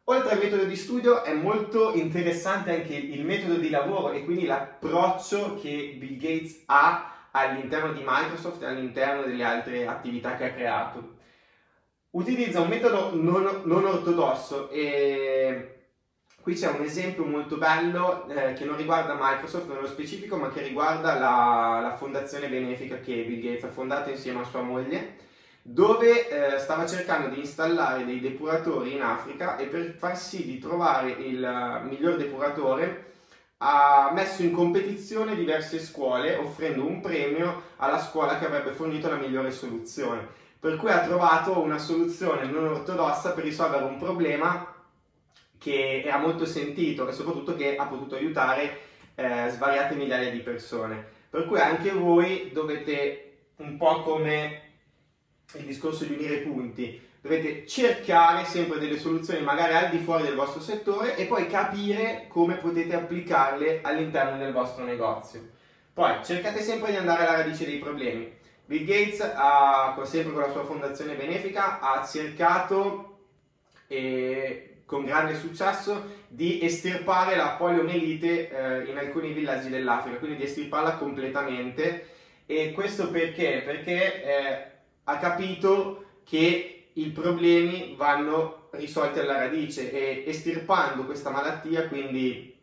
Oltre al metodo di studio è molto interessante anche il metodo di lavoro e quindi l'approccio che Bill Gates ha all'interno di Microsoft e all'interno delle altre attività che ha creato. Utilizza un metodo non ortodosso e qui c'è un esempio molto bello che non riguarda Microsoft nello specifico, ma che riguarda la fondazione benefica che Bill Gates ha fondato insieme a sua moglie, dove stava cercando di installare dei depuratori in Africa e per far sì di trovare il miglior depuratore ha messo in competizione diverse scuole offrendo un premio alla scuola che avrebbe fornito la migliore soluzione. Per cui ha trovato una soluzione non ortodossa per risolvere un problema che era molto sentito e soprattutto che ha potuto aiutare svariate migliaia di persone. Per cui anche voi dovete, un po' come il discorso di unire i punti, dovete cercare sempre delle soluzioni magari al di fuori del vostro settore e poi capire come potete applicarle all'interno del vostro negozio. Poi cercate sempre di andare alla radice dei problemi. Bill Gates, sempre con la sua fondazione benefica, ha cercato con grande successo di estirpare la poliomielite in alcuni villaggi dell'Africa, quindi di estirparla completamente. E questo perché? Perché ha capito che i problemi vanno risolti alla radice e estirpando questa malattia, quindi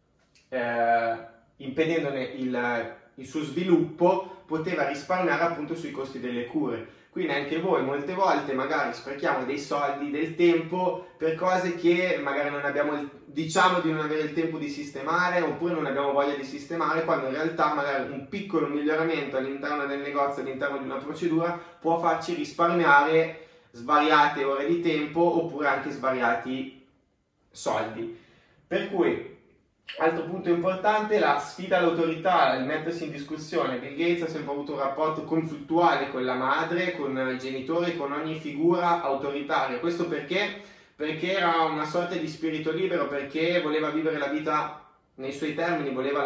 impedendone il suo sviluppo, poteva risparmiare appunto sui costi delle cure. Quindi anche voi molte volte magari sprechiamo dei soldi, del tempo per cose che magari non abbiamo, diciamo di non avere il tempo di sistemare oppure non abbiamo voglia di sistemare, quando in realtà magari un piccolo miglioramento all'interno del negozio, all'interno di una procedura può farci risparmiare svariate ore di tempo oppure anche svariati soldi. Per cui altro punto importante, la sfida all'autorità, il mettersi in discussione. Bill Gates ha sempre avuto un rapporto conflittuale con la madre, con i genitori, con ogni figura autoritaria. Questo perché? Perché era una sorta di spirito libero, perché voleva vivere la vita nei suoi termini, voleva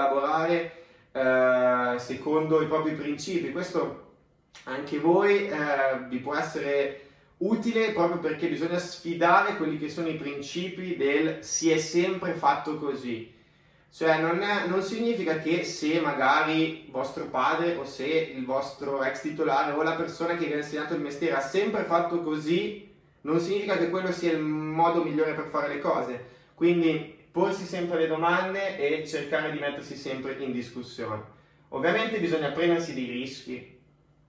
lavorare secondo i propri principi. Questo anche voi vi può essere utile proprio perché bisogna sfidare quelli che sono i principi del si è sempre fatto così. Cioè non significa che se magari vostro padre o se il vostro ex titolare o la persona che vi ha insegnato il mestiere ha sempre fatto così, non significa che quello sia il modo migliore per fare le cose. Quindi porsi sempre le domande e cercare di mettersi sempre in discussione. Ovviamente bisogna prendersi dei rischi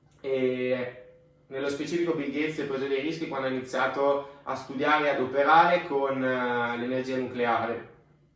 e nello specifico Bill Gates ha preso dei rischi quando ha iniziato a studiare e ad operare con l'energia nucleare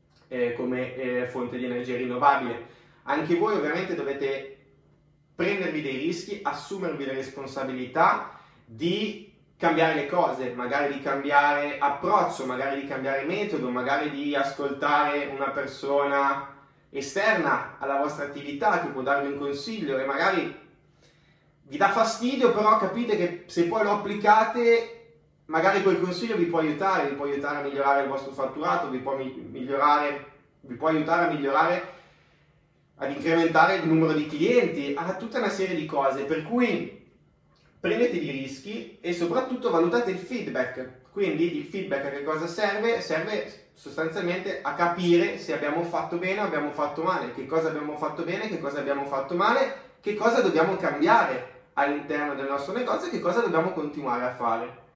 come fonte di energia rinnovabile. Anche voi ovviamente dovete prendervi dei rischi, assumervi le responsabilità di cambiare le cose, magari di cambiare approccio, magari di cambiare metodo, magari di ascoltare una persona esterna alla vostra attività che può darvi un consiglio e magari vi dà fastidio, però capite che se poi lo applicate magari quel consiglio vi può aiutare a migliorare il vostro fatturato, vi può aiutare a migliorare, ad incrementare il numero di clienti, a tutta una serie di cose, per cui prendetevi i rischi e soprattutto valutate il feedback. Quindi il feedback a che cosa serve? Serve sostanzialmente a capire se abbiamo fatto bene o abbiamo fatto male, che cosa abbiamo fatto bene, che cosa abbiamo fatto male, che cosa dobbiamo cambiare all'interno del nostro negozio e che cosa dobbiamo continuare a fare.